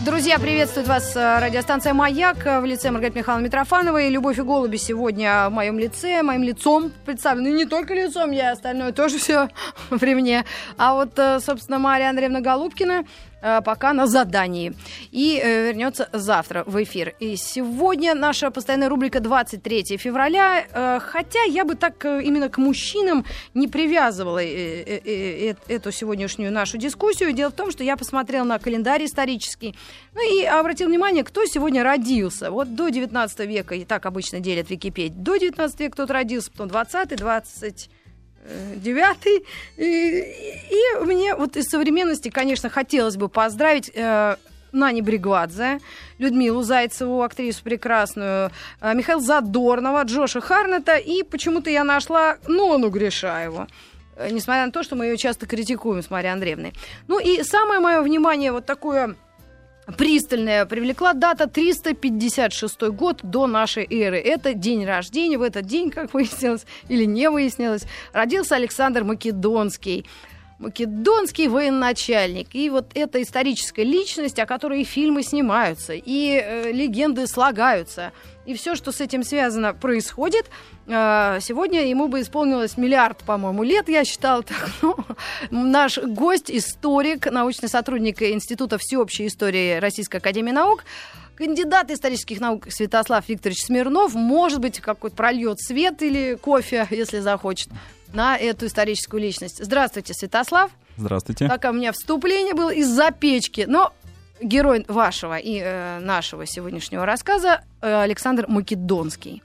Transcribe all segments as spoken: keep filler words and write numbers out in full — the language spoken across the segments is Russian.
Друзья, приветствует вас радиостанция «Маяк» в лице Маргариты Михайловны Митрофановой. «Любовь и голуби» сегодня в моем лице, моим лицом представлены. Не только лицом, я остальное тоже все при мне. А вот, собственно, Мария Андреевна Голубкина пока на задании. И э, вернется завтра в эфир. И сегодня наша постоянная рубрика двадцать третьего февраля. Э, хотя я бы так э, именно к мужчинам не привязывала э, э, э, э, эту сегодняшнюю нашу дискуссию. Дело в том, что я посмотрела на календарь исторический. Ну и обратила внимание, кто сегодня родился. Вот до девятнадцатого века, и так обычно делят Википедию, до девятнадцатого века кто-то родился, потом двадцатый, двадцать девятый. И, и мне вот из современности, конечно, хотелось бы поздравить э, Нани Бригвадзе, Людмилу Зайцеву, актрису прекрасную, э, Михаила Задорнова, Джоша Харнета, и почему-то я нашла Нону Гришаеву. Э, несмотря на то, что мы ее часто критикуем с Марией Андреевной. Ну и самое мое внимание вот такое пристальная привлекла дата триста пятьдесят шестой год до нашей эры. Это день рождения. В этот день, как выяснилось, или не выяснилось, родился Александр Македонский. Македонский военачальник. И вот эта историческая личность, о которой и фильмы снимаются, и э, легенды слагаются. И все, что с этим связано, происходит. Сегодня ему бы исполнилось миллиард, по-моему, лет, я считала так. Ну, наш гость, историк, научный сотрудник Института всеобщей истории Российской академии наук, кандидат исторических наук Святослав Викторович Смирнов, может быть, какой-то прольет свет или кофе, если захочет, на эту историческую личность. Здравствуйте, Святослав. Здравствуйте. Такое у меня вступление было из-за печки, но... Герой вашего и э, нашего сегодняшнего рассказа э, Александр Македонский.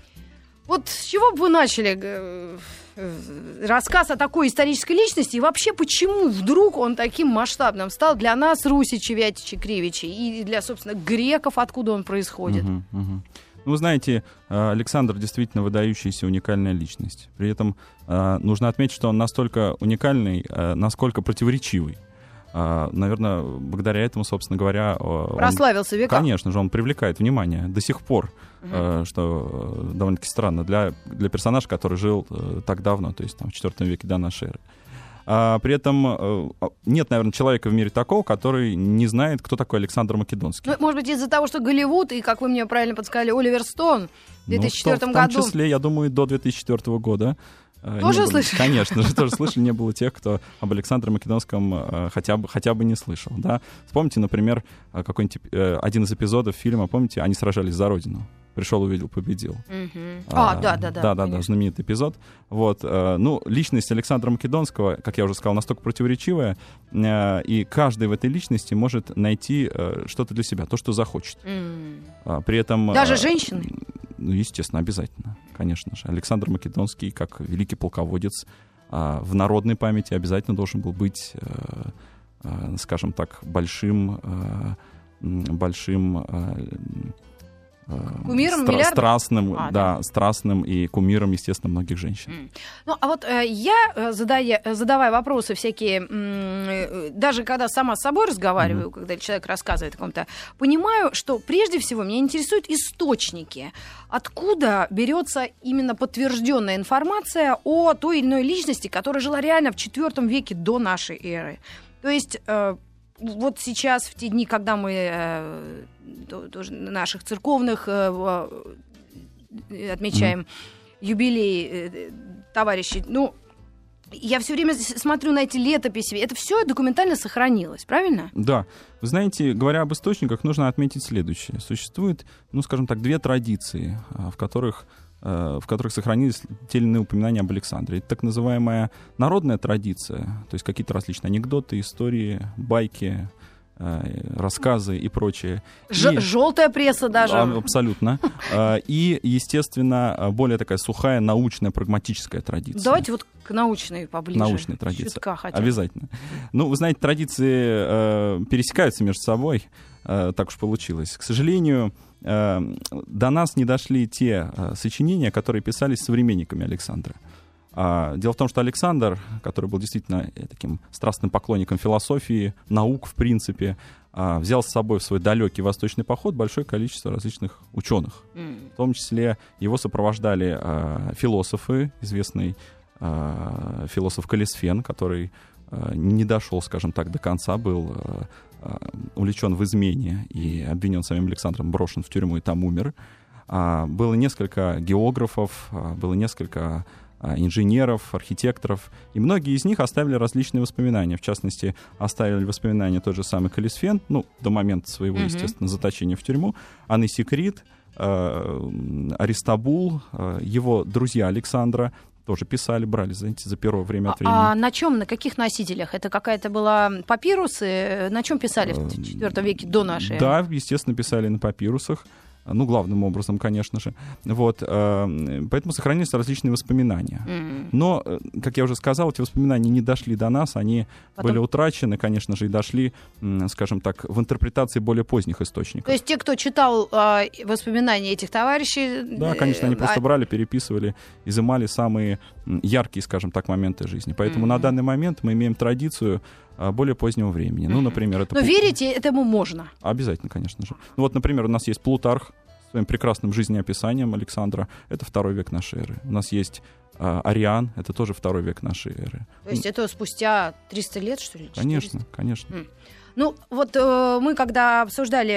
Вот с чего бы вы начали э, э, рассказ о такой исторической личности и вообще почему вдруг он таким масштабным стал для нас, русичей, вятичей, кривичей, и для, собственно, греков, откуда он происходит? Угу, угу. Ну, вы знаете, Александр действительно выдающаяся уникальная личность. При этом э, нужно отметить, что он настолько уникальный, э, насколько противоречивый. Наверное, благодаря этому, собственно говоря... Прославился он, веками. Конечно же, он привлекает внимание до сих пор, угу. что довольно-таки странно для, для персонажа, который жил так давно, то есть там, в четвёртом веке до нашей эры. А при этом нет, наверное, человека в мире такого, который не знает, кто такой Александр Македонский. Ну, может быть, из-за того, что Голливуд, и, как вы мне правильно подсказали, Оливер Стоун в две тысячи четвёртом ну, в году... В том числе, я думаю, до две тысячи четвёртого года. Тоже было, слышали? Конечно же, тоже слышали. Не было тех, кто об Александре Македонском э, хотя бы, хотя бы не слышал. Да? Вспомните, например, какой-нибудь э, один из эпизодов фильма, помните, они сражались за Родину. Пришел, увидел, победил. Uh-huh. А, а, да, да, да. Да, да, да, знаменитый эпизод. Вот, э, ну, личность Александра Македонского, как я уже сказал, настолько противоречивая, э, и каждый в этой личности может найти э, что-то для себя, то, что захочет. Mm. А, при этом... Даже э, женщины? Ну, естественно, обязательно, конечно же. Александр Македонский, как великий полководец, э, в народной памяти обязательно должен был быть, э, э, скажем так, большим... Э, большим э, Кумиром стра- миллиардов? страстным, а, да, да. страстным и кумиром, естественно, многих женщин. Mm. Ну, а вот э, я, задая, задавая вопросы всякие, м- даже когда сама с собой разговариваю, mm-hmm. когда человек рассказывает о ком-то, понимаю, что прежде всего меня интересуют источники. Откуда берется именно подтвержденная информация о той или иной личности, которая жила реально в четвёртом веке до нашей эры. То есть... Э, Вот сейчас, в те дни, когда мы э, тоже наших церковных э, отмечаем mm. юбилей э, товарищей, ну, я все время смотрю на эти летописи, это все документально сохранилось, правильно? Да. Вы знаете, говоря об источниках, нужно отметить следующее. Существует, ну, скажем так, две традиции, в которых... в которых сохранились те или иные упоминания об Александре. Это так называемая народная традиция, то есть какие-то различные анекдоты, истории, байки, рассказы и прочее. Ж- и... Желтая пресса даже. Абсолютно. И, естественно, более такая сухая научная прагматическая традиция. Давайте вот к научной поближе. Научная традиция. Чутка хотя бы. Обязательно. Ну, вы знаете, традиции пересекаются между собой. Так уж получилось. К сожалению, до нас не дошли те сочинения, которые писались современниками Александра. Дело в том, что Александр, который был действительно таким страстным поклонником философии, наук, в принципе, взял с собой в свой далекий восточный поход большое количество различных ученых. Mm. В том числе его сопровождали философы, известный философ Калисфен, который не дошел, скажем так, до конца, был увлечен в измене и обвинен самим Александром, брошен в тюрьму и там умер. Было несколько географов, было несколько инженеров, архитекторов, и многие из них оставили различные воспоминания. В частности, оставили воспоминания тот же самый Каллисфен, ну, до момента своего, mm-hmm. естественно, заточения в тюрьму, Анисикрит, Аристобул, его друзья Александра, тоже писали, брали, знаете, за перо время от времени. А, а на чем, на каких носителях? Это какая-то была папирусы? На чем писали в четвёртом веке до нашей эры? Да, естественно, писали на папирусах. Ну, главным образом, конечно же. Вот, э, поэтому сохранились различные воспоминания. Mm-hmm. Но, как я уже сказал, эти воспоминания не дошли до нас, они Потом... были утрачены, конечно же, и дошли, скажем так, в интерпретации более поздних источников. То есть те, кто читал э, воспоминания этих товарищей... Да, конечно, они э, просто а... брали, переписывали, изымали самые яркие, скажем так, моменты жизни. Поэтому mm-hmm. на данный момент мы имеем традицию более позднего времени. Mm-hmm. Ну, например, это... Но Плут... верите этому можно? Обязательно, конечно же. Ну, вот, например, у нас есть Плутарх с своим прекрасным жизнеописанием Александра. Это второй век нашей эры. У нас есть э, Ариан. Это тоже второй век нашей эры. То есть это спустя триста лет, что ли? четыреста? Конечно, конечно. Mm. Ну, вот э, мы, когда обсуждали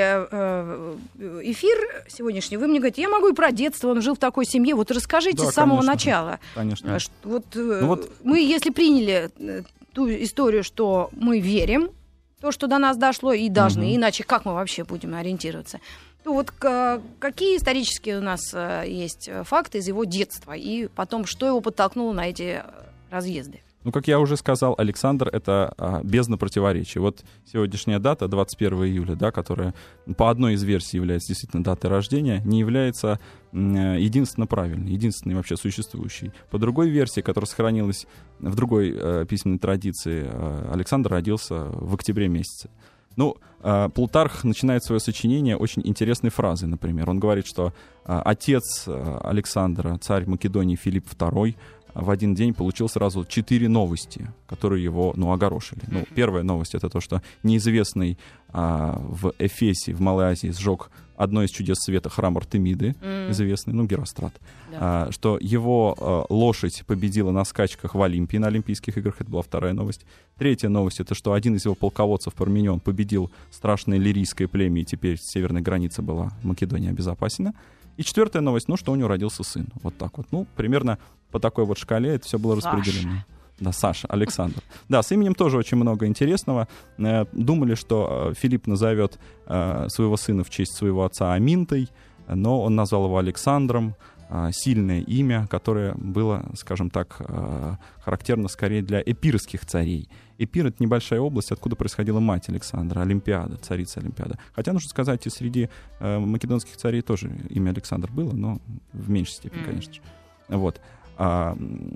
э, эфир сегодняшний, вы мне говорите, я могу и про детство, он жил в такой семье. Вот расскажите да, с самого конечно, начала. Конечно. Вот, э, ну, вот мы, если приняли ту историю, что мы верим, то, что до нас дошло, и должны, угу. иначе как мы вообще будем ориентироваться, то вот к, какие исторические у нас э, есть факты из его детства, и потом, что его подтолкнуло на эти разъезды? Ну, как я уже сказал, Александр — это а, бездна противоречий. Вот сегодняшняя дата, двадцать первого июля, да, которая по одной из версий является действительно датой рождения, не является м, единственно правильной, единственной вообще существующей. По другой версии, которая сохранилась в другой э, письменной традиции, э, Александр родился в октябре месяце. Ну, э, Плутарх начинает свое сочинение очень интересной фразой, например. Он говорит, что э, отец э, Александра, царь Македонии Филипп второй, в один день получил сразу четыре новости, которые его, ну, огорошили. Ну, первая новость — это то, что неизвестный а, в Эфесе, в Малой Азии, сжег одно из чудес света храм Артемиды, mm. известный, ну, Герострат. Yeah. А, что его а, лошадь победила на скачках в Олимпии, на Олимпийских играх. Это была вторая новость. Третья новость — это что один из его полководцев, Парменион, победил страшное лирийское племя, и теперь северная граница была Македонии обезопасена. И четвертая новость, ну, что у него родился сын. Вот так вот. Ну, примерно по такой вот шкале это все было распределено. Саша. Да, Саша, Александр. Да, с именем тоже очень много интересного. Думали, что Филипп назовет своего сына в честь своего отца Аминтой, но он назвал его Александром. Сильное имя, которое было, скажем так, характерно скорее для эпирских царей. Эпир — это небольшая область, откуда происходила мать Александра, Олимпиада, царица Олимпиада. Хотя, нужно сказать, и среди македонских царей тоже имя Александр было, но в меньшей степени, конечно же. Вот. А,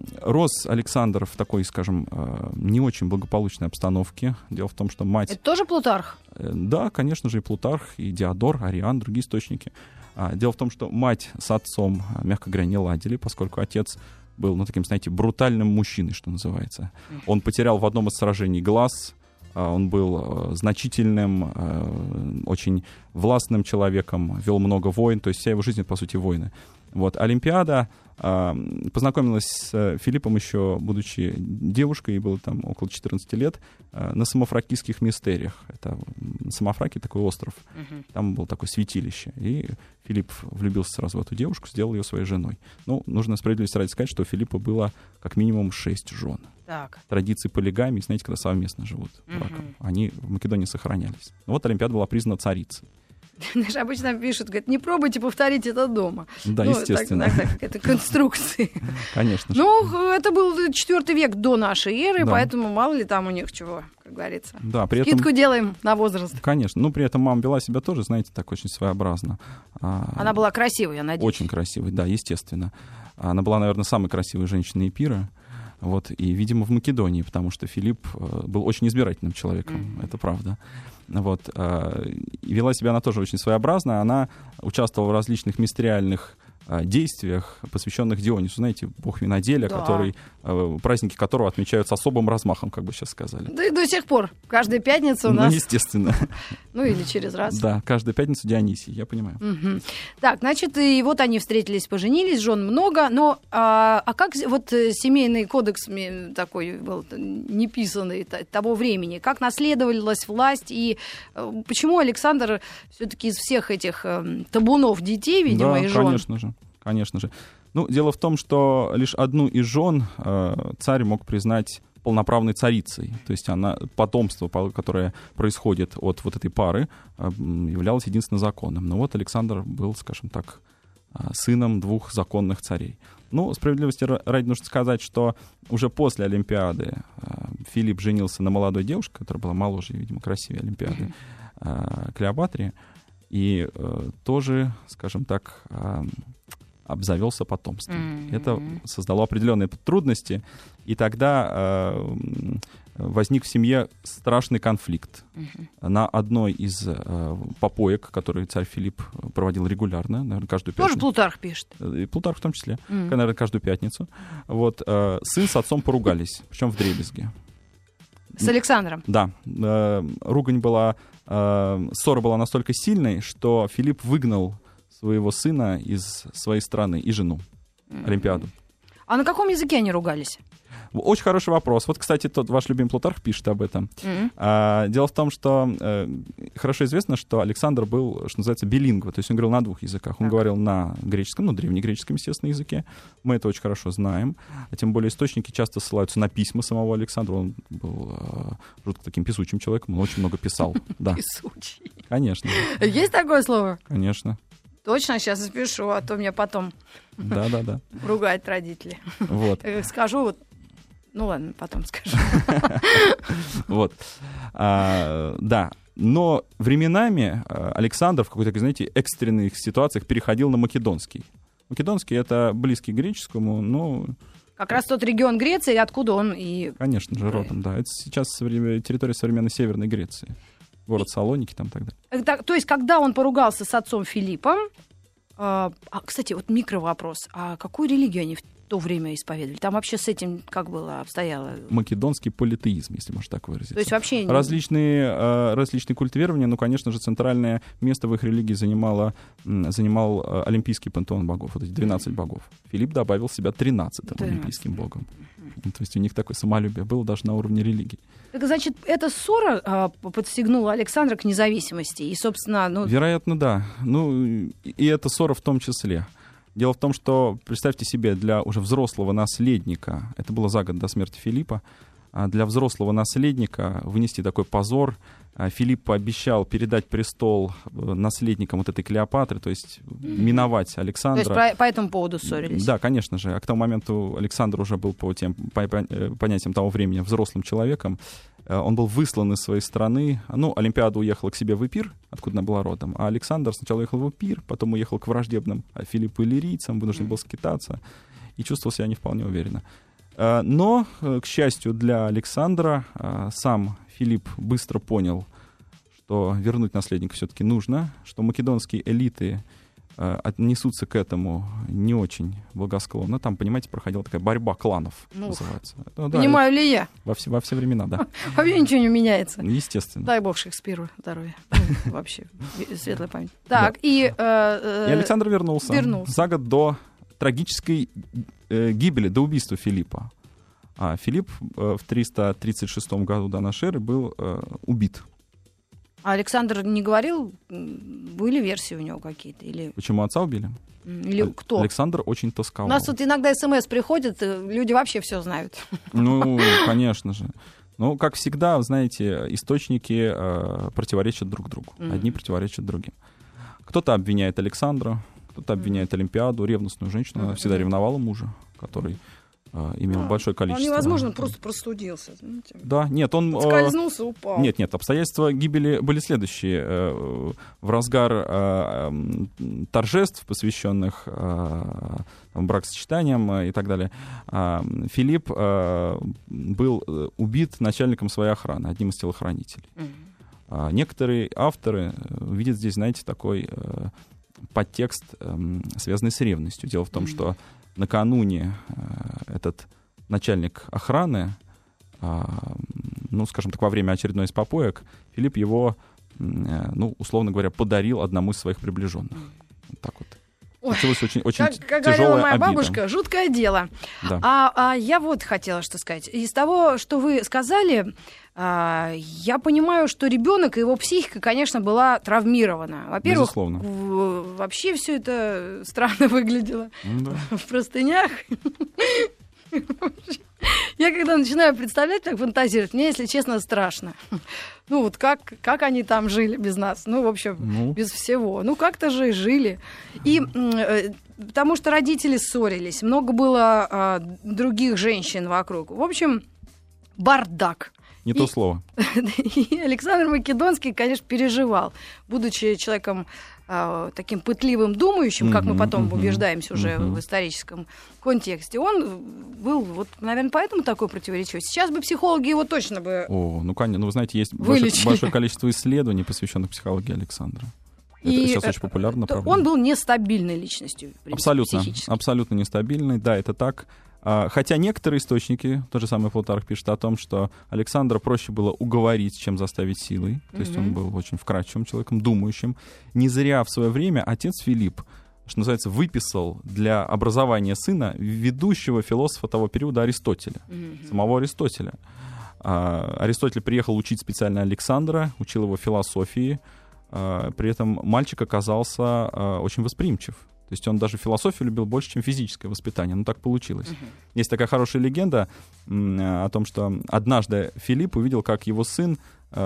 рос Александр в такой, скажем, не очень благополучной обстановке. Дело в том, что мать... Это тоже Плутарх? Да, конечно же, и Плутарх, и Диодор, Ариан, другие источники. Дело в том, что мать с отцом, мягко говоря, не ладили, поскольку отец был, ну, таким, знаете, брутальным мужчиной, что называется. Он потерял в одном из сражений глаз, он был значительным, очень властным человеком, вел много войн, то есть вся его жизнь, по сути, войны. Вот. Олимпиада познакомилась с Филиппом еще, будучи девушкой, ей было там около четырнадцати лет, на Самофракийских мистериях. Это Самофраки, такой остров. Uh-huh. Там было такое святилище. И Филипп влюбился сразу в эту девушку, сделал ее своей женой. Ну, нужно справедливости ради сказать, что у Филиппа было как минимум шесть жен. Так. Традиции полигамии, знаете, когда совместно живут браком, uh-huh. они в Македонии сохранялись. Ну, вот Олимпиада была признана царицей. Знаешь, обычно пишут, говорят, не пробуйте повторить это дома. Да, ну, естественно. Так, так, какая-то конструкция. Конечно. Ну, это был четвертый век до нашей эры, да. Поэтому мало ли там у них чего, как говорится. Да, при Скидку этом... делаем на возраст. Конечно. Ну, при этом мама вела себя тоже, знаете, так очень своеобразно. Она была красивой, я надеюсь. Очень красивой, да, естественно. Она была, наверное, самой красивой женщиной Эпира. Вот, и, видимо, в Македонии, потому что Филипп был очень избирательным человеком, mm-hmm. это правда. Вот, и вела себя она тоже очень своеобразно. Она участвовала в различных мистериальных действиях, посвященных Дионису. Знаете, бог виноделия, да. который, праздники которого отмечаются особым размахом, как бы сейчас сказали. Да и до сих пор. Каждая пятница у нас... Ну, естественно. Ну, или через раз. Да, каждую пятницу Дионисий, я понимаю. Угу. Так, значит, и вот они встретились, поженились, жен много, но а, а как вот семейный кодекс такой был неписанный того времени, как наследовалась власть, и почему Александр все-таки из всех этих э, табунов детей, видимо, да, и жен... конечно же, конечно же. Ну, дело в том, что лишь одну из жен э, царь мог признать полноправной царицей. То есть она, потомство, которое происходит от вот этой пары, э, являлось единственно законным. Но вот Александр был, скажем так, э, сыном двух законных царей. Ну, справедливости ради нужно сказать, что уже после Олимпиады э, Филипп женился на молодой девушке, которая была моложе и, видимо, красивее Олимпиады, э, Клеопатре, и э, тоже, скажем так, э, обзавелся потомством. Mm-hmm. Это создало определенные трудности, и тогда э, возник в семье страшный конфликт. Mm-hmm. На одной из э, попоек, которые царь Филипп проводил регулярно, наверное, каждую пятницу. Тоже Плутарх пишет. И Плутарх в том числе, Mm-hmm. наверное, каждую пятницу. Вот, э, сын с отцом поругались, причем вдребезги. С Александром? Да. Э, ругань была, э, ссора была настолько сильной, что Филипп выгнал своего сына из своей страны и жену, mm-hmm. Олимпиаду. А на каком языке они ругались? Очень хороший вопрос. Вот, кстати, тот ваш любимый Плутарх пишет об этом. Mm-hmm. А, дело в том, что э, хорошо известно, что Александр был, что называется, билингво, то есть он говорил на двух языках. Он так. говорил на греческом, ну, древнегреческом, естественно, языке. Мы это очень хорошо знаем. А тем более источники часто ссылаются на письма самого Александра. Он был э, жутко таким писучим человеком, он очень много писал. Писучий. Конечно. Есть такое слово? Конечно. Точно, сейчас запишу, а то меня потом да, да, да. ругают родители. Вот. Скажу, вот, ну ладно, потом скажу. Вот. А, да. Но временами Александр в какой-то, знаете, экстренных ситуациях переходил на македонский. Македонский — это близкий к греческому, но... Как раз тот регион Греции, откуда он и... Конечно же, родом, да. Это сейчас территория современной Северной Греции. Город Салоники там и так далее. Так, то есть, когда он поругался с отцом Филиппом, э, а, кстати, вот микровопрос, а какую религию они в то время исповедовали? Там вообще с этим как было обстояло? Македонский политеизм, если можно так выразиться. То есть вообще... Различные, э, различные культы верования, ну, конечно же, центральное место в их религии занимало, занимал э, олимпийский пантеон богов, вот эти двенадцать богов. Филипп добавил себя тринадцатым олимпийским богом. То есть у них такое самолюбие было даже на уровне религии. Так, значит, эта ссора а, подстегнула Александра к независимости. И, собственно, ну... Вероятно, да. Ну, и эта ссора в том числе. Дело в том, что, представьте себе, для уже взрослого наследника, это было за год до смерти Филиппа, для взрослого наследника вынести такой позор. Филипп пообещал передать престол наследникам вот этой Клеопатры, то есть миновать Александра. То есть по, по этому поводу ссорились? Да, конечно же. А к тому моменту Александр уже был по тем по понятиям того времени взрослым человеком. Он был выслан из своей страны. Ну, Олимпиада уехала к себе в Эпир, откуда она была родом. А Александр сначала уехал в Эпир, потом уехал к враждебным Филиппу иллирийцам, вынужден был скитаться и чувствовал себя не вполне уверенно. Но, к счастью для Александра, сам Филипп быстро понял, что вернуть наследника все-таки нужно, что македонские элиты отнесутся к этому не очень благосклонно. Там, понимаете, проходила такая борьба кланов, ну, называется. Ну, да, понимаю ли я? Во все, во все времена, да. Вообще ничего не меняется. Естественно. Дай бог Шекспиру здоровья. Вообще, светлая память. Так, и... И Александр вернулся. За год до трагической гибели, до убийства Филиппа. А Филипп в триста тридцать шестом году до нашей эры был убит. А Александр не говорил, были версии у него какие-то? Или... Почему отца убили? Или кто? Александр очень тосковал. У нас тут иногда смс приходят, люди вообще все знают. Ну, конечно же. Ну, как всегда, знаете, источники э, противоречат друг другу. Mm-hmm. Одни противоречат другим. Кто-то обвиняет Александра, кто-то обвиняет Олимпиаду, ревностную женщину. Mm-hmm. Она всегда ревновала мужа, который... имел а, большое количество. Он, невозможно, он просто простудился. Знаете. Да, нет, он... Скользнулся, упал. Нет, нет, обстоятельства гибели были следующие. В разгар торжеств, посвященных бракосочетаниям и так далее, Филипп был убит начальником своей охраны, одним из телохранителей. Mm-hmm. Некоторые авторы видят здесь, знаете, такой подтекст, э, связанный с ревностью. Дело в том, mm-hmm. что накануне э, этот начальник охраны, э, ну, скажем так, во время очередной из попоек, Филипп его, э, ну, условно говоря, подарил одному из своих приближенных. Вот так вот. Ой, очень, очень как, как говорила моя обида. бабушка, жуткое дело. Да. А, а я вот хотела что сказать. Из того, что вы сказали, а, я понимаю, что ребенок и его психика, конечно, была травмирована. Во-первых, Безусловно. В, вообще все это странно выглядело. Да. В простынях. Я когда начинаю представлять, как фантазировать, мне, если честно, страшно. Ну вот как, как они там жили без нас? Ну, в общем, ну. без всего. Ну, как-то же и жили. И э, потому что родители ссорились, много было э, других женщин вокруг. В общем, бардак. Не и, то слово. И Александр Македонский, конечно, переживал, будучи человеком э, таким пытливым, думающим, как мы потом uh-huh, убеждаемся уже uh-huh. в историческом контексте. Он был, вот, наверное, поэтому такой противоречивый. Сейчас бы психологи его точно бы О, ну, конечно, ну, вы знаете, есть большое, большое количество исследований, посвященных психологии Александра. Это и сейчас очень популярно направление. Он был нестабильной личностью. Принципе, абсолютно, абсолютно нестабильный, да, это так. Хотя некоторые источники, тот же самый Плутарх пишет о том, что Александра проще было уговорить, чем заставить силой. То есть mm-hmm. он был очень вкрадчивым человеком, думающим. Не зря в свое время отец Филипп, что называется, выписал для образования сына ведущего философа того периода Аристотеля, mm-hmm. самого Аристотеля. Аристотель приехал учить специально Александра, учил его философии. При этом мальчик оказался очень восприимчив. То есть он даже философию любил больше, чем физическое воспитание. Ну, так получилось. Uh-huh. Есть такая хорошая легенда м, о том, что однажды Филипп увидел, как его сын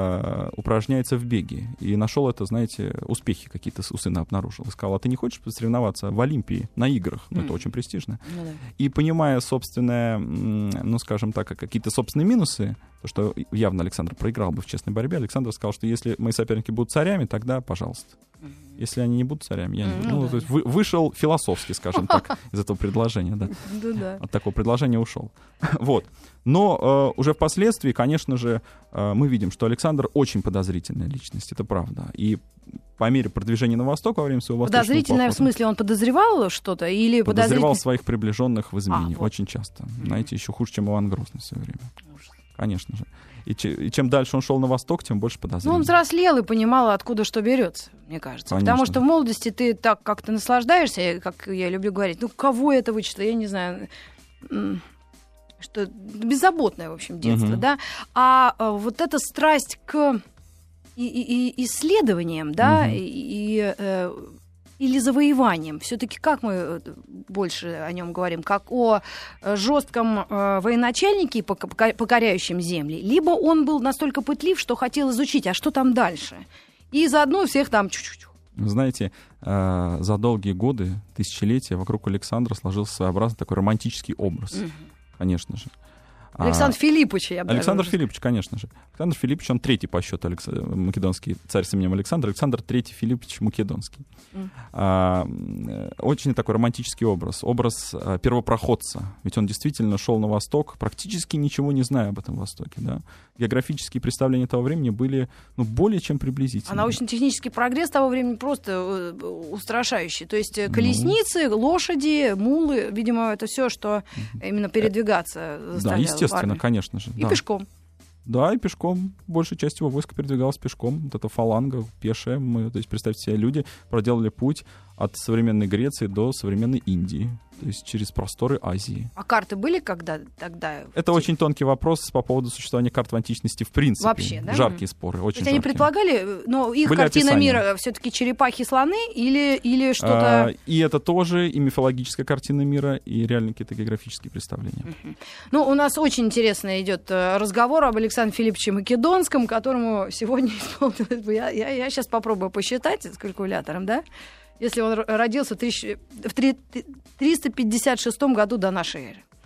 э, упражняется в беге. И нашел это, знаете, успехи какие-то у сына обнаружил. И сказал, а ты не хочешь посоревноваться в Олимпии на играх? Ну, uh-huh. это очень престижно. Uh-huh. И понимая собственное, ну, скажем так, какие-то собственные минусы, то, что явно Александр проиграл бы в честной борьбе, Александр сказал, что если мои соперники будут царями, тогда пожалуйста. Если они не будут царями, я не буду. Ну, ну, то есть вы, вышел философски, скажем так, из этого предложения, да. Да-да. От такого предложения ушел. Вот. Но э, уже впоследствии, конечно же, э, мы видим, что Александр очень подозрительная личность, это правда. И по мере продвижения на восток во время своего восточного похода... Подозрительная в смысле, он подозревал что-то? Или подозревал подозритель... своих приближенных в измене, а, вот. очень часто. Mm-hmm. Знаете, еще хуже, чем Иван Грозный в свое время. Конечно же. И, че, и чем дальше он шел на восток, тем больше подозрений. Ну, он взрослел и понимал, откуда что берется, мне кажется. Конечно. Потому что в молодости ты так как-то наслаждаешься, как я люблю говорить. Ну, кого это вычисло? Я не знаю. Что беззаботное, в общем, детство, uh-huh. да. А, а вот эта страсть к и, и, и исследованиям, да, uh-huh. и... и э, или завоеванием. Все-таки как мы больше о нем говорим? Как о жестком э, военачальнике, покоряющем земли? Либо он был настолько пытлив, что хотел изучить, а что там дальше? И заодно всех там чуть-чуть. Вы знаете, э, за долгие годы, тысячелетия вокруг Александра сложился своеобразный такой романтический образ. Угу. Конечно же. Александр а, Филиппович, я бы Александр даже... Филиппович, конечно же. Александр Филиппович, он третий по счету Алекс... македонский царь с именем Александр. Александр третий Филиппович Македонский. Mm. А, очень такой романтический образ. Образ а, первопроходца. Ведь он действительно шел на восток, практически ничего не зная об этом Востоке. Да? Географические представления того времени были ну, более чем приблизительны. А научно-технический прогресс того времени просто устрашающий. То есть колесницы, ну... лошади, мулы, видимо, это все, что mm-hmm. именно передвигаться заставляло. Да, естественно, конечно же. И да. пешком. Да, и пешком. Большая часть его войска передвигалась пешком. Вот эта фаланга пешая. Мы, то есть, представьте себе, люди проделали путь от современной Греции до современной Индии. То есть через просторы Азии. А карты были когда тогда? Это очень тонкий вопрос по поводу существования карт в античности в принципе. Вообще, да? Жаркие споры, очень То есть жаркие. Они предполагали, но их были картина описания. Мира все-таки черепахи-слоны или, или что-то... А, и это тоже и мифологическая картина мира, и реально какие-то географические представления. Uh-huh. Ну, у нас очень интересно идет разговор об Александре Филипповиче Македонском, которому сегодня исполнилось бы... Я, я, я сейчас попробую посчитать с калькулятором, да? Если он родился в триста пятьдесят шестом году до нашей эры.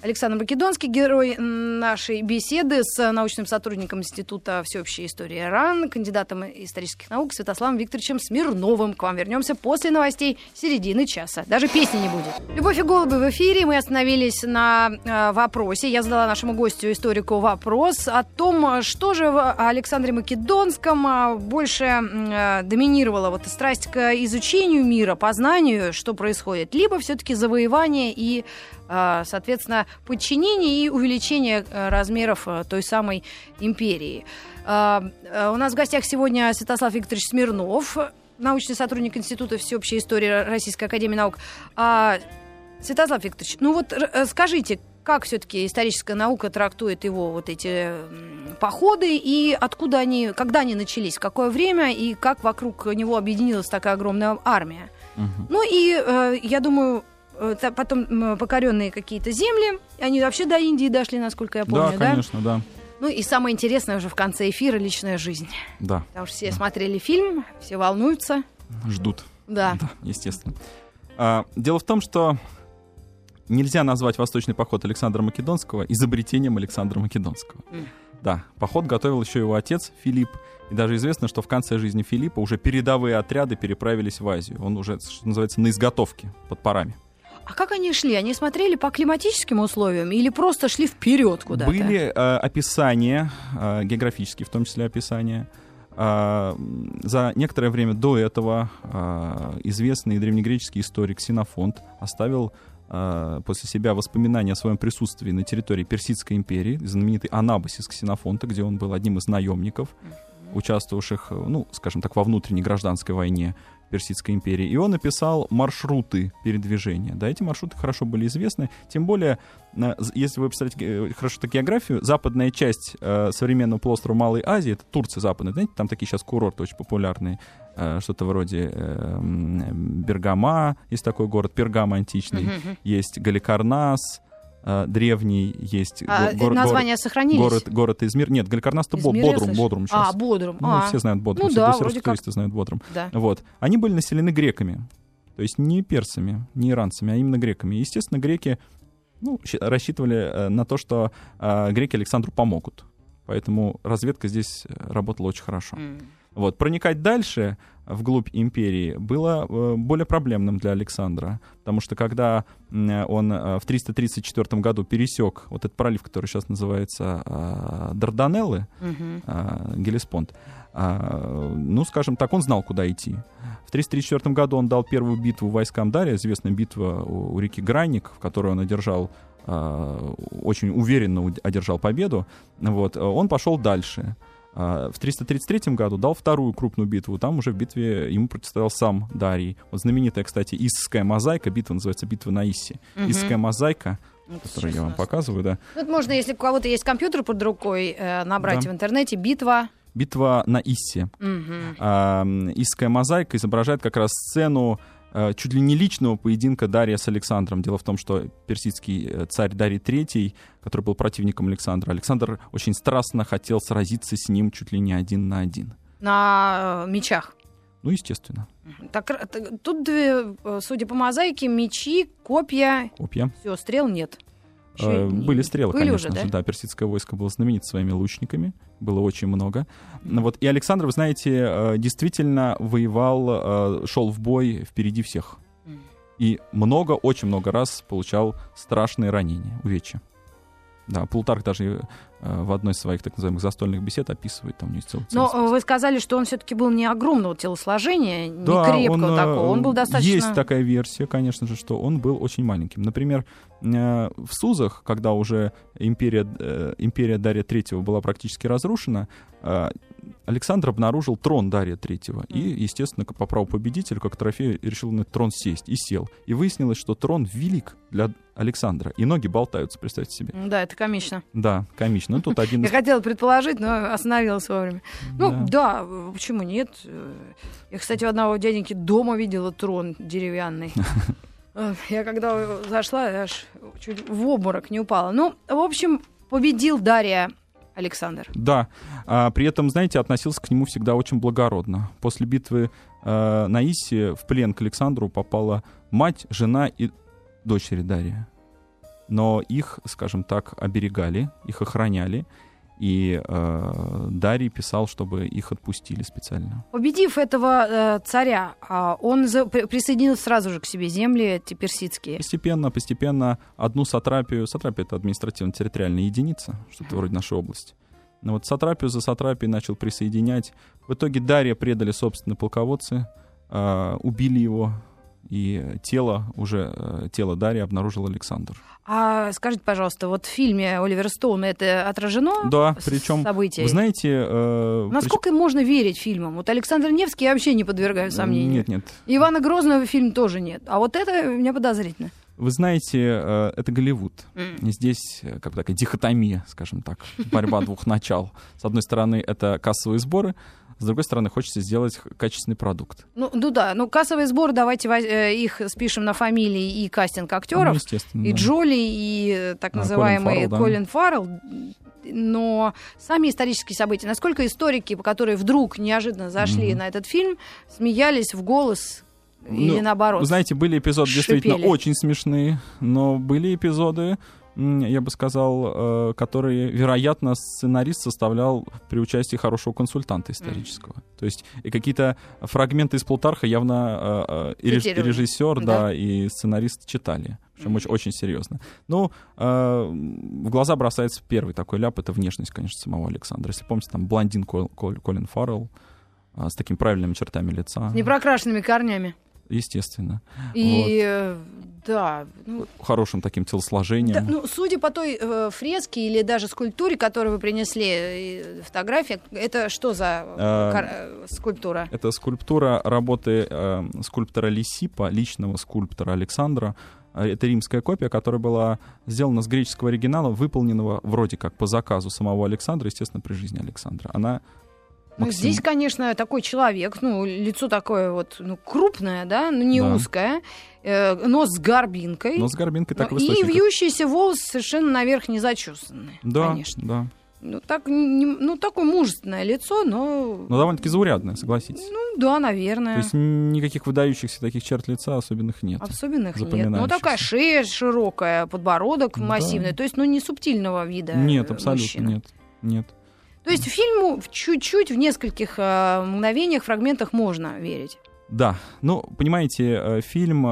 Александр Македонский, герой нашей беседы с научным сотрудником Института всеобщей истории РАН, кандидатом исторических наук Святославом Викторовичем Смирновым. К вам вернемся после новостей середины часа. Даже песни не будет. «Любовь и голуби» в эфире. Мы остановились на э, вопросе. Я задала нашему гостю, историку, вопрос о том, что же в Александре Македонском больше э, доминировала вот страсть к изучению мира, познанию, что происходит, либо все-таки завоевание и, э, соответственно, подчинение и увеличение размеров той самой империи. У нас в гостях сегодня Святослав Викторович Смирнов, научный сотрудник Института всеобщей истории Российской академии наук. Святослав Викторович, ну вот скажите, как все-таки историческая наука трактует его вот эти походы и откуда они, когда они начались, в какое время и как вокруг него объединилась такая огромная армия? Угу. Ну и я думаю, потом покоренные какие-то земли, они вообще до Индии дошли, насколько я помню, да? Да, конечно, да. Ну и самое интересное уже в конце эфира — личная жизнь. Да. Потому что все да. смотрели фильм, все волнуются. Ждут. Да. Да, естественно. А, дело в том, что нельзя назвать восточный поход Александра Македонского изобретением Александра Македонского. Mm. Да, поход готовил еще его отец Филипп. И даже известно, что в конце жизни Филиппа уже передовые отряды переправились в Азию. Он уже, что называется, на изготовке под парами. А как они шли? Они смотрели по климатическим условиям или просто шли вперед куда-то? Были э, описания, э, географические в том числе описания. Э, за некоторое время до этого э, известный древнегреческий историк Ксенофонт оставил э, после себя воспоминания о своем присутствии на территории Персидской империи, знаменитый Анабасис Ксенофонта, где он был одним из наемников, mm-hmm. участвовавших, ну, скажем так, во внутренней гражданской войне Персидской империи, и он написал маршруты передвижения. Да, эти маршруты хорошо были известны, тем более, если вы представляете хорошо географию, западная часть э, современного полуострова Малой Азии, это Турция западная, знаете, там такие сейчас курорты очень популярные, э, что-то вроде э, Бергама, есть такой город, Пергам античный, mm-hmm. есть Галикарнас, древний, есть а, го- названия город, сохранились? Город, город Измир. Нет, Галикарнас — это Бодрум, Бодрум сейчас. А, Бодрум. Ну, а. все знают Бодрум, Ну, все да, туристы как... знают Бодрум. Да. Вот. Они были населены греками, то есть не персами, не иранцами, а именно греками. И, естественно, греки ну, рассчитывали на то, что а, греки Александру помогут. Поэтому разведка здесь работала очень хорошо. Mm. Вот. Проникать дальше, вглубь империи, было э, более проблемным для Александра, потому что когда э, он э, в триста тридцать четвёртом году пересек вот этот пролив, который сейчас называется э, Дарданеллы, mm-hmm. э, Геллеспонд, э, ну, скажем так, он знал, куда идти. В триста тридцать четвёртом году он дал первую битву войскам Дария, известная битва у, у реки Граник, в которой он одержал, э, очень уверенно одержал победу. Вот. Он пошел дальше. В триста тридцать третьем году дал вторую крупную битву. Там уже в битве ему противостоял сам Дарий. Вот знаменитая, кстати, Иссская мозаика. Битва называется «Битва на Иссе». Угу. Иссская мозаика, вот которую я вам показываю, да. Тут можно, если у кого-то есть компьютер под рукой, э, набрать да. в интернете «Битва». Битва на Иссе. Угу. А, Иссская мозаика изображает как раз сцену чуть ли не личного поединка Дария с Александром. Дело в том, что персидский царь Дарий третий, который был противником Александра, Александр очень страстно хотел сразиться с ним чуть ли не один на один. На мечах? Ну, естественно. Так, тут, судя по мозаике, мечи, копья. Копья. Все, стрел нет. Э, были стрелы, были конечно уже, же. Да? да, персидское войско было знаменито своими лучниками. Было очень много. Вот. И Александр, вы знаете, действительно воевал, шел в бой впереди всех. И много, очень много раз получал страшные ранения, увечья. Да, Плутарх даже э, в одной из своих так называемых застольных бесед описывает, там у него есть целый, целый Но список. Вы сказали, что он все-таки был не огромного телосложения, да, не крепкого он, такого, он был достаточно... Есть такая версия, конечно же, что он был очень маленьким. Например, э, в Сузах, когда уже империя, э, империя Дария третьего была практически разрушена, э, Александр обнаружил трон Дария третьего. Mm. И, естественно, по праву победителя, как трофей, решил на этот трон сесть и сел. И выяснилось, что трон велик для Александра. И ноги болтаются, представьте себе. Да, это комично. Да, комично. Ну, тут один из... Я хотела предположить, но остановилась вовремя. Ну, да, почему нет? Я, кстати, у одного дяденьки дома видела трон деревянный. Я когда зашла, я аж чуть в обморок не упала. Ну, в общем, победил Дария Александр. Да, а, при этом, знаете, относился к нему всегда очень благородно. После битвы а, на Иссе в плен к Александру попала мать, жена и дочери Дария. но их, скажем так, оберегали, их охраняли. И э, Дарий писал, чтобы их отпустили специально. Победив этого э, царя, э, он за, при, присоединил сразу же к себе земли эти персидские. Постепенно, постепенно одну сатрапию, сатрапия — это административно-территориальная единица, что-то вроде нашей области. Но вот сатрапию за сатрапией начал присоединять. В итоге Дария предали собственные полководцы, э, убили его, и тело, уже тело Дария обнаружил Александр. А скажите, пожалуйста, вот в фильме Оливера Стоуна это отражено? Да, причем, события? Вы знаете... Э, Насколько причем... можно верить фильмам? Вот Александр Невский я вообще не подвергаю сомнению. Нет, нет. Ивана Грозного фильм тоже нет. А вот это у меня подозрительно. Вы знаете, э, это Голливуд. Mm. Здесь как бы такая дихотомия, скажем так, борьба двух начал. С одной стороны, это кассовые сборы, с другой стороны, хочется сделать качественный продукт. Ну, ну да, ну кассовые сборы, давайте э, их спишем на фамилии и кастинг актеров, ну, естественно, и да. Джоли, и так а, называемый Колин Фаррелл. Да. Но сами исторические события, насколько историки, которые вдруг неожиданно зашли mm-hmm. на этот фильм, смеялись в голос или ну, наоборот? Вы знаете, были эпизоды шипели. Действительно очень смешные, но были эпизоды, я бы сказал, которые, вероятно, сценарист составлял при участии хорошего консультанта исторического. Mm. То есть и какие-то фрагменты из Плутарха явно и режиссер, да. да, и сценарист читали. Причем mm. очень, очень серьезно. Ну, в глаза бросается первый такой ляп, это внешность, конечно, самого Александра. Если помните, там блондин Кол, Кол, Колин Фаррелл с такими правильными чертами лица. С непрокрашенными корнями. Естественно. И вот. Да. Ну, хорошим таким телосложением. Да, ну, судя по той э, фреске или даже скульптуре, которую вы принесли, э, фотография, это что за э, кар- э, скульптура? Это скульптура работы э, скульптора Лисипа, личного скульптора Александра. Это римская копия, которая была сделана с греческого оригинала, выполненного вроде как по заказу самого Александра, естественно, при жизни Александра. Она Ну, здесь, конечно, такой человек, ну, лицо такое вот, ну, крупное, да, но не да. узкое, э, нос с горбинкой. Нос с горбинкой, так ну, в и вьющиеся волосы совершенно наверх не зачесанные, да, конечно. Да, ну, так, не, ну, такое мужественное лицо, но... Но довольно-таки заурядное, согласитесь. Ну, да, наверное. То есть никаких выдающихся таких черт лица особенных нет. Особенных нет. Ну, такая шея широкая, подбородок да. массивный, то есть, ну, не субтильного вида Нет, абсолютно мужчина. нет, нет. То есть фильму чуть-чуть, в нескольких э, мгновениях, фрагментах можно верить. Да, ну, понимаете, фильм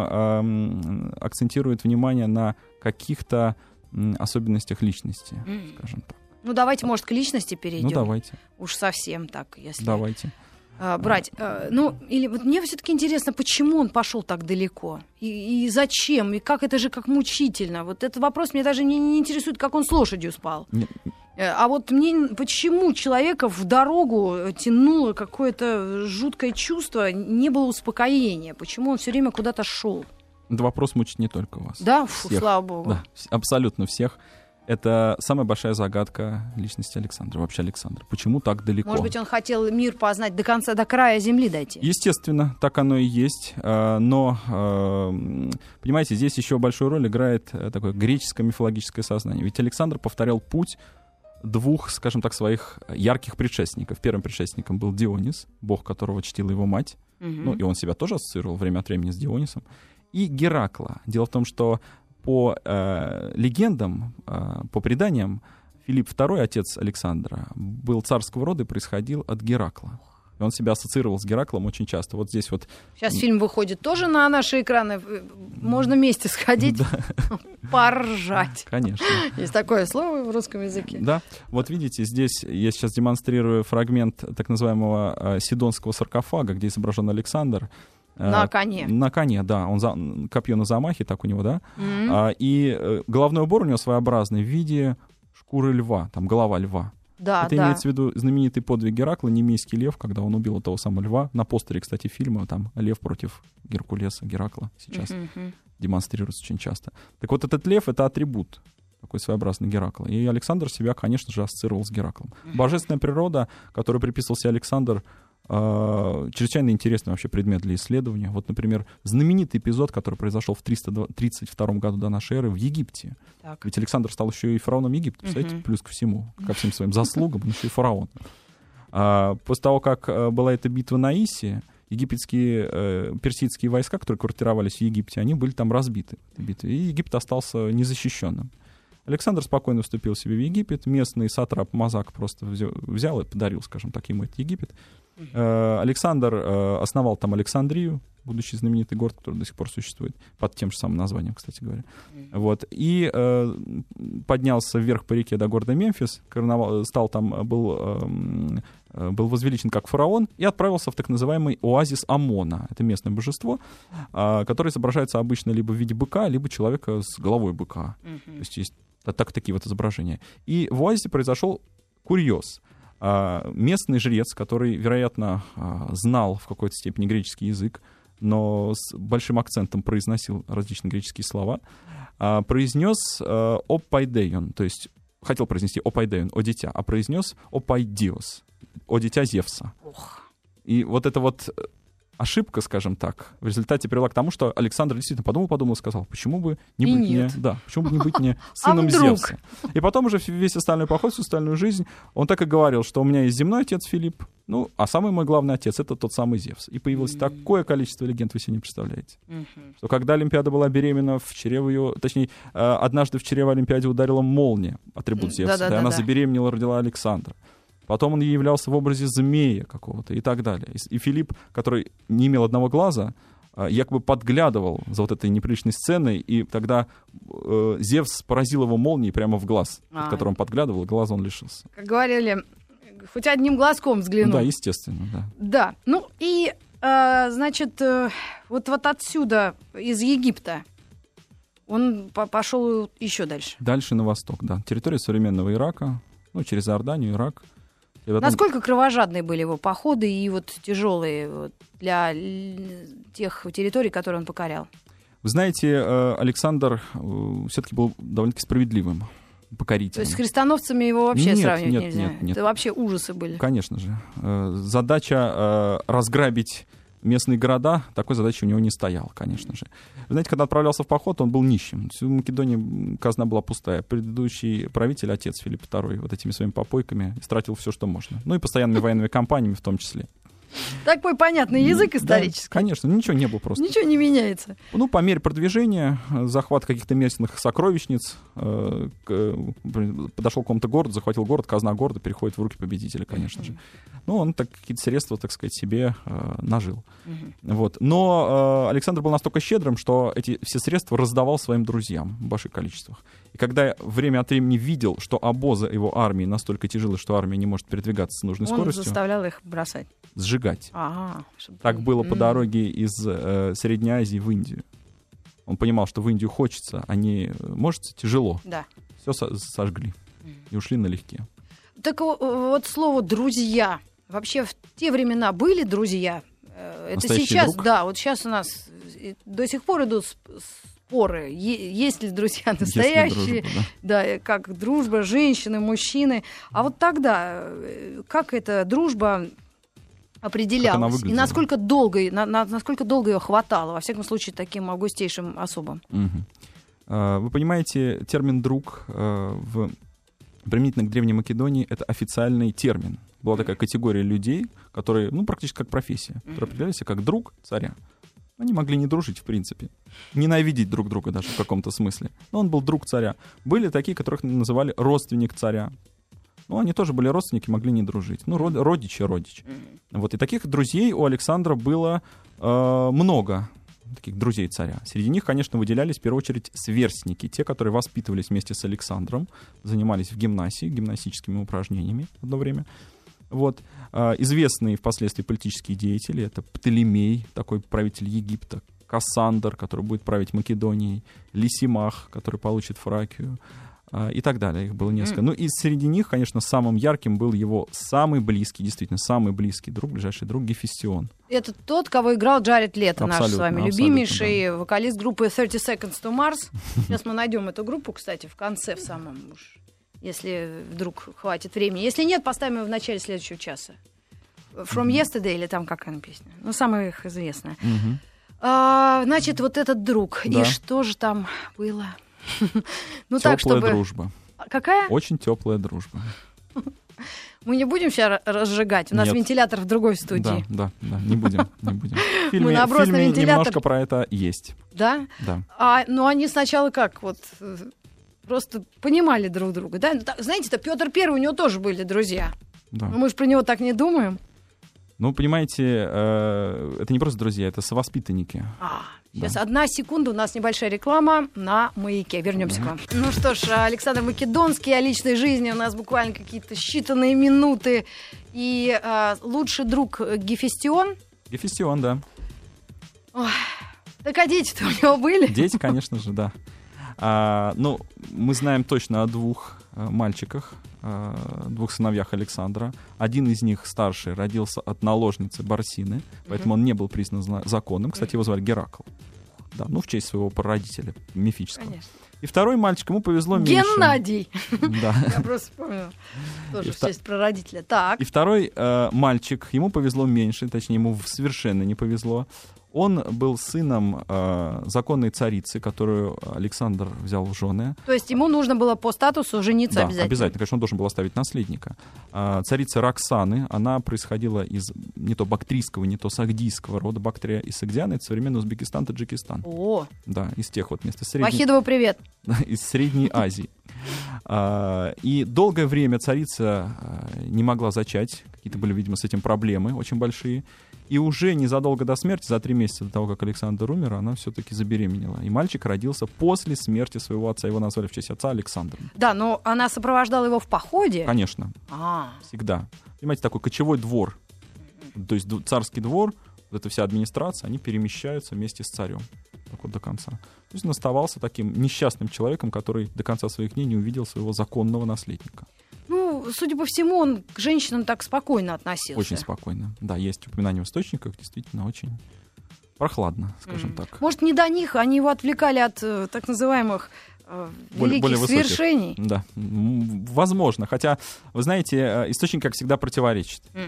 э, акцентирует внимание на каких-то особенностях личности, mm. скажем так. Ну, давайте, может, к личности перейдем. Ну, давайте. Уж совсем так, если... Давайте. Э, брать. Э, ну, или вот мне все-таки интересно, почему он пошел так далеко? И, и зачем? И как это же как мучительно? Вот этот вопрос меня даже не, не интересует, как он с лошадью спал. Нет. А вот мне почему человека в дорогу тянуло какое-то жуткое чувство, не было успокоения? Почему он все время куда-то шел? Это вопрос мучит не только вас. Да, Фу, слава богу. Да, абсолютно всех. Это самая большая загадка личности Александра, вообще Александра. Почему так далеко? Может быть, он хотел мир познать до конца, до края земли дойти? Естественно, так оно и есть. Но, понимаете, здесь еще большую роль играет такое греческое мифологическое сознание. Ведь Александр повторял путь двух, скажем так, своих ярких предшественников. Первым предшественником был Дионис, бог, которого чтила его мать. Угу. Ну, и он себя тоже ассоциировал время от времени с Дионисом. И Геракла. Дело в том, что по э, легендам, э, по преданиям, Филипп второй, отец Александра, был царского рода и происходил от Геракла. И он себя ассоциировал с Гераклом очень часто. Вот здесь вот... Сейчас фильм выходит тоже на наши экраны. Можно вместе сходить, поржать. Конечно. Есть такое слово в русском языке. Да. Вот видите, здесь я сейчас демонстрирую фрагмент так называемого сидонского саркофага, где изображен Александр. На коне. На коне, да. Он за... Копье на замахе, так у него, да. Mm-hmm. И головной убор у него своеобразный в виде шкуры льва, там голова льва. Да, это да. имеется в виду знаменитый подвиг Геракла, немейский лев, когда он убил того самого льва. На постере, кстати, фильма там лев против Геркулеса, Геракла сейчас uh-huh. демонстрируется очень часто. Так вот, этот лев — это атрибут такой своеобразный Геракла. И Александр себя, конечно же, ассоциировал с Гераклом. Uh-huh. Божественная природа, которую приписывал себе Александр, э, чрезвычайно интересный вообще предмет для исследования. Вот, например, знаменитый эпизод, который произошел в триста тридцать втором году до нашей эры в Египте. Так. Ведь Александр стал еще и фараоном Египта, представляете, uh-huh. плюс ко всему, ко всем своим заслугам, он еще и фараон. А, после того, как была эта битва на Исе, египетские, э, персидские войска, которые квартировались в Египте, они были там разбиты в этой битве, и Египет остался незащищенным. Александр спокойно вступил себе в Египет, местный сатрап Мазак просто взял и подарил, скажем так, ему этот Египет. Э, Александр э, основал там Александрию, будущий знаменитый город, который до сих пор существует, под тем же самым названием, кстати говоря. Mm-hmm. Вот. И э, поднялся вверх по реке до города Мемфис, короновал, стал там, был, э, был возвеличен как фараон, и отправился в так называемый оазис Амона. Это местное божество, э, которое изображается обычно либо в виде быка, либо человека с головой быка. Mm-hmm. То есть есть так, такие вот изображения. И в оазисе произошел курьез. Э, местный жрец, который, вероятно, э, знал в какой-то степени греческий язык, но с большим акцентом произносил различные греческие слова, а, произнес а, «опайдейон», то есть хотел произнести «опайдейон», «о дитя», а произнес «опайдиос», «о дитя Зевса». Ох. И вот эта вот ошибка, скажем так, в результате привела к тому, что Александр действительно подумал, подумал и сказал, почему бы не и быть нет. не, да, почему бы не быть не сыном а Зевса. И потом уже весь остальной поход, всю остальную жизнь, он так и говорил, что у меня есть земной отец Филипп, ну, а самый мой главный отец — это тот самый Зевс. И появилось mm-hmm. такое количество легенд, вы себе не представляете. Mm-hmm. Что когда Олимпиада была беременна, в чрево ее, точнее, однажды в чрево Олимпиаде ударила молния, атрибут mm-hmm. Зевса, да, и она забеременела, родила Александра. Потом он являлся в образе змея какого-то и так далее. И Филипп, который не имел одного глаза, якобы подглядывал за вот этой неприличной сценой, и тогда э, Зевс поразил его молнией прямо в глаз, а, в котором он подглядывал, и глаза он лишился. Как говорили, хоть одним глазком взглянул. Да, естественно, да. Да, ну и, э, значит, э, вот, вот отсюда, из Египта, он по- пошел еще дальше. Дальше на восток, да. Территория современного Ирака, ну, через Иорданию, Ирак. Потом... Насколько кровожадные были его походы и вот тяжелые вот, для тех территорий, которые он покорял? Вы знаете, Александр все-таки был довольно-таки справедливым покорителем. То есть с христиановцами его вообще нет, сравнивать нет, нельзя? Нет, нет. Это вообще ужасы были. Конечно же. Задача разграбить местные города, такой задачи у него не стояло, конечно же. Вы знаете, когда отправлялся в поход, он был нищим. В Македонии казна была пустая. Предыдущий правитель, отец Филипп второй, вот этими своими попойками истратил все, что можно. Ну и постоянными военными кампаниями в том числе. Такой понятный язык исторический. Да, конечно, ничего не было просто. Ничего не меняется. Ну, по мере продвижения, захват каких-то местных сокровищниц, э, к, подошел к какому-то городу, захватил город, казна города переходит в руки победителя, конечно же. Ну, он так, какие-то средства, так сказать, себе э, нажил. Uh-huh. Вот. Но э, Александр был настолько щедрым, что эти все средства раздавал своим друзьям в больших количествах. И когда время от времени видел, что обозы его армии настолько тяжелы, что армия не может передвигаться с нужной он скоростью... Он заставлял их бросать. Сжигать. Ага, так было mm. по дороге из э, Средней Азии в Индию. Он понимал, что в Индию хочется, а не может тяжело. Да. Все со- сожгли mm. и ушли налегке. Так вот слово «друзья». Вообще в те времена были друзья? Это настоящий сейчас, друг? Да, вот сейчас у нас до сих пор идут споры, есть ли друзья настоящие, дружба, да. да, как дружба, женщины, мужчины. А вот тогда, как эта дружба определялась? И насколько долго, на, на, насколько долго ее хватало, во всяком случае, таким августейшим особам? Угу. Вы понимаете, термин «друг» в... применительно к Древней Македонии — это официальный термин. Была такая категория людей, которые, ну, практически как профессия, которые определялись как друг царя. Они могли не дружить, в принципе. Ненавидеть друг друга даже в каком-то смысле. Но он был друг царя. Были такие, которых называли родственник царя. Ну, они тоже были родственники, могли не дружить. Ну, род, родич и родич. Вот. И таких друзей у Александра было э, много, таких друзей царя. Среди них, конечно, выделялись в первую очередь сверстники, те, которые воспитывались вместе с Александром, занимались в гимнасии, гимнастическими упражнениями одно время. Вот. Э, известные впоследствии политические деятели — это Птолемей, такой правитель Египта, Кассандр, который будет править Македонией, Лисимах, который получит Фракию, и так далее. Их было несколько. Mm. Ну и среди них, конечно, самым ярким был его самый близкий, действительно, самый близкий друг, ближайший друг Гефестион. Это тот, кого играл Джаред Лето, наш с вами любимейший да. вокалист группы thirty seconds to Mars. Сейчас мы найдем эту группу, кстати, в конце, в самом уж, если вдруг хватит времени. Если нет, поставим ее в начале следующего часа. From Yesterday, или там какая песня? Ну, самая их известная. Mm-hmm. А, значит, вот этот друг. Да. И что же там было? Ну, теплая так, чтобы... дружба. Какая? Очень теплая дружба. Мы не будем сейчас разжигать, у нас Нет. вентилятор в другой студии. Да, да, да, не будем, не будем. В фильме, Мы наоборот в фильме на вентилятор- немножко про это есть. Да? Да. А, ну, они сначала как, вот, э, просто понимали друг друга, да? Ну, так, знаете, это Петр Первый, у него тоже были друзья. Да. Но мы же про него так не думаем. Ну, понимаете, э, это не просто друзья, это совоспитанники. А, сейчас Да. одна секунда, у нас небольшая реклама на «Маяке». Вернемся к вам. Ну что ж, Александр Македонский, о личной жизни у нас буквально какие-то считанные минуты. И э, лучший друг Гефестион. Гефестион, да. Ой, так а дети-то у него были? Дети, конечно же, да. А, ну, мы знаем точно о двух а, мальчиках, а, двух сыновьях Александра. Один из них, старший, родился от наложницы Барсины, поэтому он не был признан зна- законным. Кстати, его звали Геракл. Да, ну, в честь своего прародителя мифического. Конечно. И второй мальчик, ему повезло меньше. Геннадий. Да. Я просто вспомнила. Тоже И в вта- честь прародителя. Так. И второй э, мальчик, ему повезло меньше, точнее, ему совершенно не повезло. Он был сыном э, законной царицы, которую Александр взял в жены. То есть ему нужно было по статусу жениться Да, обязательно. обязательно. Конечно, он должен был оставить наследника. А, царица Роксаны, она происходила из не то бактрийского, не то сагдийского рода. Бактрия и Сагдиана — это современный Узбекистан, Таджикистан. О, Да, из тех вот мест. Из Средней, Вахидову привет. из Средней Азии. А, и долгое время царица а, не могла зачать. Какие-то были, видимо, с этим проблемы очень большие. И уже незадолго до смерти, за три месяца до того, как Александр умер, она все-таки забеременела. И мальчик родился после смерти своего отца. Его назвали в честь отца Александром. Да, но она сопровождала его в походе. Конечно, А, всегда. Понимаете, такой кочевой двор. То есть ду- царский двор, вот эта вся администрация, они перемещаются вместе с царем. Так вот до конца. То есть он оставался таким несчастным человеком, который до конца своих дней не увидел своего законного наследника. ну, судя по всему, он к женщинам так спокойно относился. Очень спокойно. Да, есть упоминание в источниках, действительно очень прохладно, скажем М. так. Может, не до них, они его отвлекали от э, так называемых э, Более- великих более высоких. свершений. Да, м, возможно. Хотя, вы знаете, э, источник, как всегда, противоречит. М.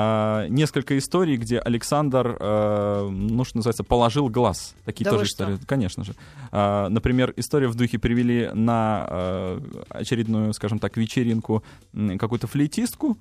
А, несколько историй, где Александр, э, ну, что называется, положил глаз. Такие Да тоже вы что? истории. Конечно же. А, например, историю в духе привели на э, очередную, скажем так, вечеринку м, какую-то флейтистку.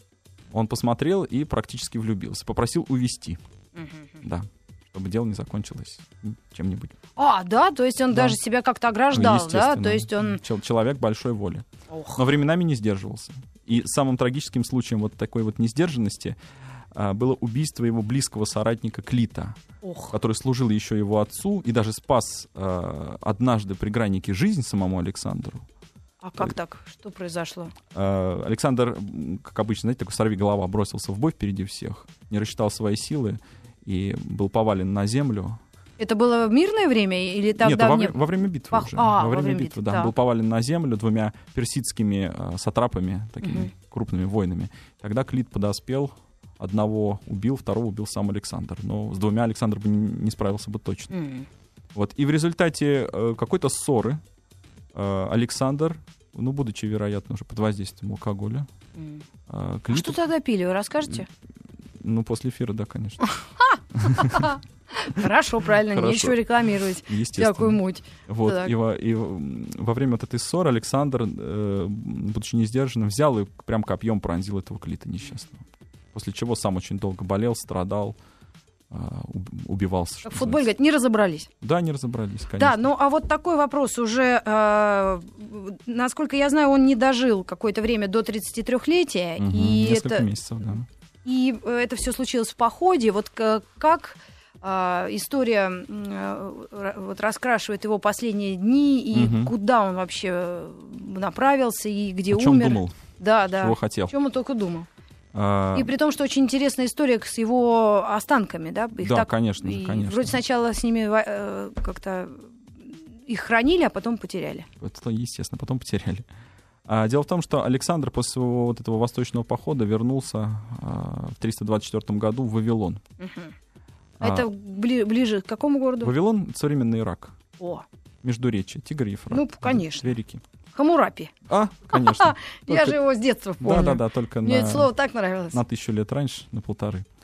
Он посмотрел и практически влюбился. Попросил увезти. Мгм. Да. Чтобы дело не закончилось чем-нибудь. А, да, то есть он Да. даже себя как-то Ну, ограждал, да? естественно. То есть он... Чел- человек большой воли. Ох. Но временами не сдерживался. И самым трагическим случаем вот такой вот несдержанности а, было убийство его близкого соратника Клита, Ох. который служил еще его отцу и даже спас а, однажды при граннике жизнь самому Александру. А как так? Что произошло? А, Александр, м, как обычно, знаете, такой сорвиголова, бросился в бой впереди всех, не рассчитал свои силы и был повален на землю. Это было в мирное время или тогда... Нет, во, не- вре- во время битвы Пах- уже. а, во время битвы, битвы, да. так. Был повален на землю двумя персидскими а, сатрапами, такими Мгм. крупными воинами. Тогда Клит подоспел, одного убил, второго убил сам Александр. Но с двумя Александр бы не не справился бы точно. М. Вот. И в результате э, какой-то ссоры э, Александр, ну, будучи, вероятно, уже под воздействием алкоголя, М. э, А Клит- что тогда пили, вы расскажете? ну, после эфира, да, конечно. Хорошо, правильно, Хорошо. нечего рекламировать Естественно. всякую муть. Вот, Так. и, во, и м, во время вот этой ссоры Александр, э, будучи несдержанным, взял и прям копьем пронзил этого Клита несчастного. После чего сам очень долго болел, страдал, э, уб- убивался. что В футболе, называется. говорит, не разобрались. Да, не разобрались, конечно. Да, ну а вот такой вопрос уже, э, насколько я знаю, он не дожил какое-то время до тридцатитрёхлетия, Мгм, и несколько это, месяцев, да. и э, это все случилось в походе. Вот к- как э, история м, э, ра- вот раскрашивает его последние дни, и Мгм. куда он вообще э, направился, и где О чем умер. думал, Да, да. чего хотел. О чем он только думал. А, И при том, что очень интересная история с его останками, да? Их Да, так- конечно же, и конечно. Вроде сначала с ними э, как-то их хранили, а потом потеряли. Это, естественно, потом потеряли. А, дело в том, что Александр после своего вот этого восточного похода вернулся а, в триста двадцать четвёртом году в Вавилон. Мгм. А, Это бли- ближе к какому городу? Вавилон — это современный Ирак. О, Междуречье, Тигр и Ефрат. Ну, конечно. Две реки. Хамурапи. А, конечно. Я Только- же его с детства помню. Да-да-да, только Мне на, это слово так нравилось. на тысячу лет раньше, на полторы.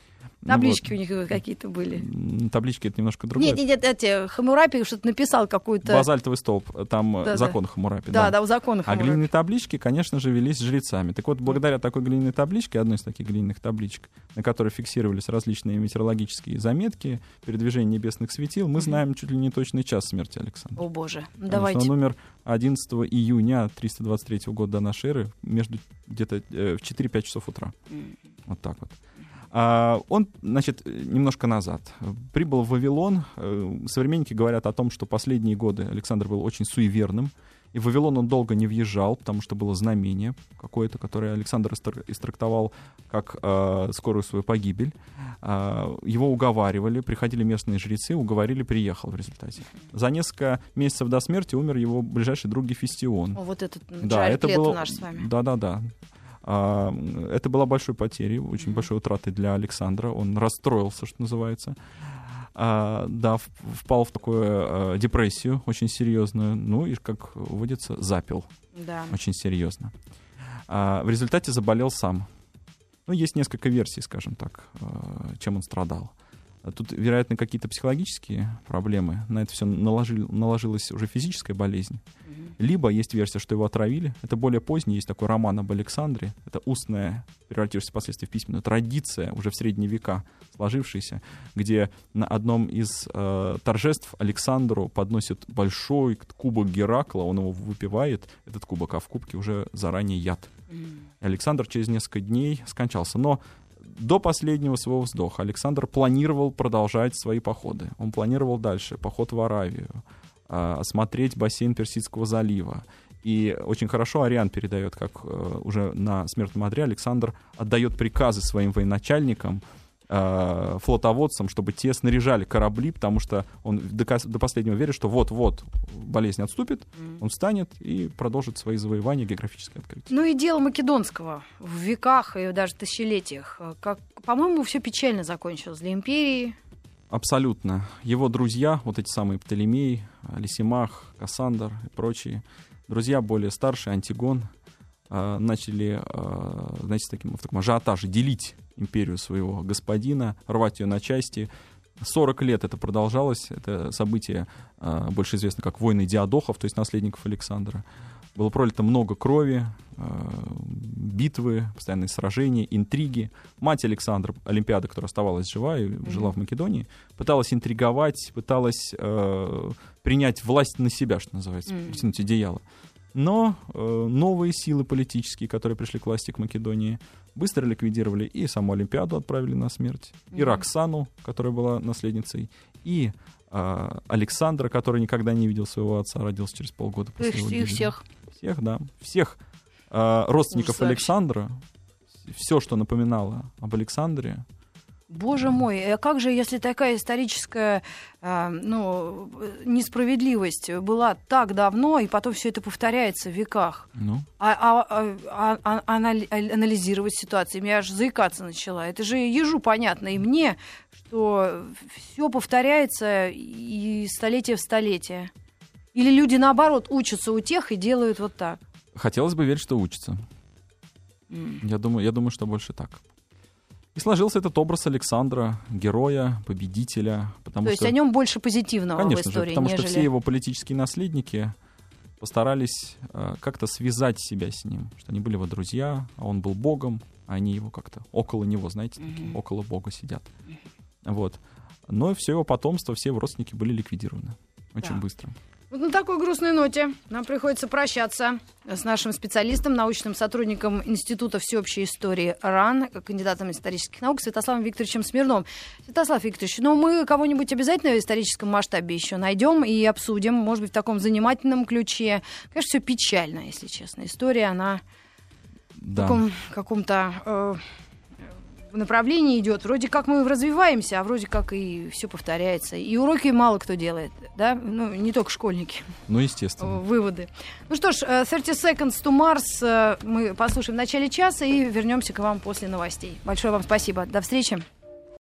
Таблички ну, вот. у них какие-то были. Таблички — это немножко другое. Нет, нет, нет, эти, Хаммурапи что-то написал какую-то... Базальтовый столб, там да, закон да. Хаммурапи. Да, да, да, закон Хаммурапи. А глиняные таблички, конечно же, велись жрецами. Так вот, благодаря такой глиняной табличке, одной из таких глиняных табличек, на которой фиксировались различные метеорологические заметки, передвижение небесных светил, мы знаем чуть ли не точный час смерти Александра. О, боже. Конечно, Давайте. он умер одиннадцатого июня триста двадцать третьего года до нашей эры, между где-то э, в четыре-пять часов утра. Mm. Вот так вот. А, он, значит, немножко назад прибыл в Вавилон. Современники говорят о том, что последние годы Александр был очень суеверным. И в Вавилон он долго не въезжал, потому что было знамение какое-то, которое Александр истрактовал как э, скорую свою погибель. Э, его уговаривали, приходили местные жрецы, уговорили, приехал в результате. За несколько месяцев до смерти умер его ближайший друг Гефестион. О, вот этот да, жаль, это было... наш с вами. Да-да-да. Uh, это была большой потерей, очень mm-hmm. большой утратой для Александра. Он расстроился, что называется. Uh, да, в, впал в такую uh, депрессию очень серьезную. Ну и, как водится, запил. Да. Очень серьезно. Uh, в результате заболел сам. Ну, есть несколько версий, скажем так, uh, чем он страдал. Тут, вероятно, какие-то психологические проблемы. На это все наложили, наложилась уже физическая болезнь. Mm-hmm. Либо есть версия, что его отравили. Это более поздний. Есть такой роман об Александре. Это устная, превратившаяся впоследствии в письменную, традиция, уже в средние века сложившаяся, где на одном из э, торжеств Александру подносят большой кубок Геракла. Он его выпивает, этот кубок, а в кубке уже заранее яд. Mm-hmm. Александр через несколько дней скончался. Но до последнего своего вздоха Александр планировал продолжать свои походы. Он планировал дальше поход в Аравию, осмотреть бассейн Персидского залива. И очень хорошо Ариан передает, как уже на смертном одре Александр отдает приказы своим военачальникам, флотоводцам, чтобы те снаряжали корабли, потому что он до, до последнего верит, что вот-вот болезнь отступит, mm. он встанет и продолжит свои завоевания, географические открытия. Ну и дело Македонского в веках и даже тысячелетиях. Как, по-моему, все печально закончилось для империи. Абсолютно. Его друзья, вот эти самые Птолемей, Лисимах, Кассандр и прочие, друзья более старшие, Антигон, начали, знаете, в таком, в таком ажиотаже делить империю своего господина, рвать ее на части. сорок лет это продолжалось. Это событие больше известно как войны диадохов, то есть наследников Александра. Было пролито много крови, битвы, постоянные сражения, интриги. Мать Александра, Олимпиада, которая оставалась жива и mm-hmm. жила в Македонии, пыталась интриговать, пыталась э, принять власть на себя, что называется, mm-hmm. притянуть одеяло. Но э, новые силы политические, которые пришли к власти, к Македонии, быстро ликвидировали и саму Олимпиаду, отправили на смерть, mm-hmm. и Роксану, которая была наследницей, и э, Александра, который никогда не видел своего отца, родился через полгода после его гибели. И всех. Всех, да. Всех э, родственников Ужас. Александра, все, что напоминало об Александре. Боже мой, а как же, если такая историческая э, ну, несправедливость была так давно, и потом все это повторяется в веках? Ну? А, а, а, а, анализировать ситуацию, я аж заикаться начала. Это же ежу понятно, и мне, что все повторяется и столетие в столетие. Или люди, наоборот, учатся у тех и делают вот так? Хотелось бы верить, что учатся. Mm. Я думаю, я думаю, что больше так. И сложился этот образ Александра, героя, победителя. Потому То что, есть о нем больше позитивного конечно в истории, же, потому нежели... что все его политические наследники постарались э, как-то связать себя с ним. Что они были его друзья, а он был богом, а они его как-то около него, знаете, mm-hmm. такие, около бога сидят. Mm-hmm. Вот. Но все его потомство, все его родственники были ликвидированы очень да. быстро. Вот на такой грустной ноте нам приходится прощаться с нашим специалистом, научным сотрудником Института всеобщей истории РАН, кандидатом исторических наук Святославом Викторовичем Смирновым. Святослав Викторович, ну мы кого-нибудь обязательно в историческом масштабе еще найдем и обсудим, может быть, в таком занимательном ключе. Конечно, все печально, если честно. История, она да. в таком каком-то... Э- в направлении идет. Вроде как мы развиваемся, а вроде как и все повторяется. И уроки мало кто делает, да? Ну, не только школьники. Ну, естественно. Выводы. Ну что ж, тридцать seconds to Mars мы послушаем в начале часа и вернемся к вам после новостей. Большое вам спасибо. До встречи.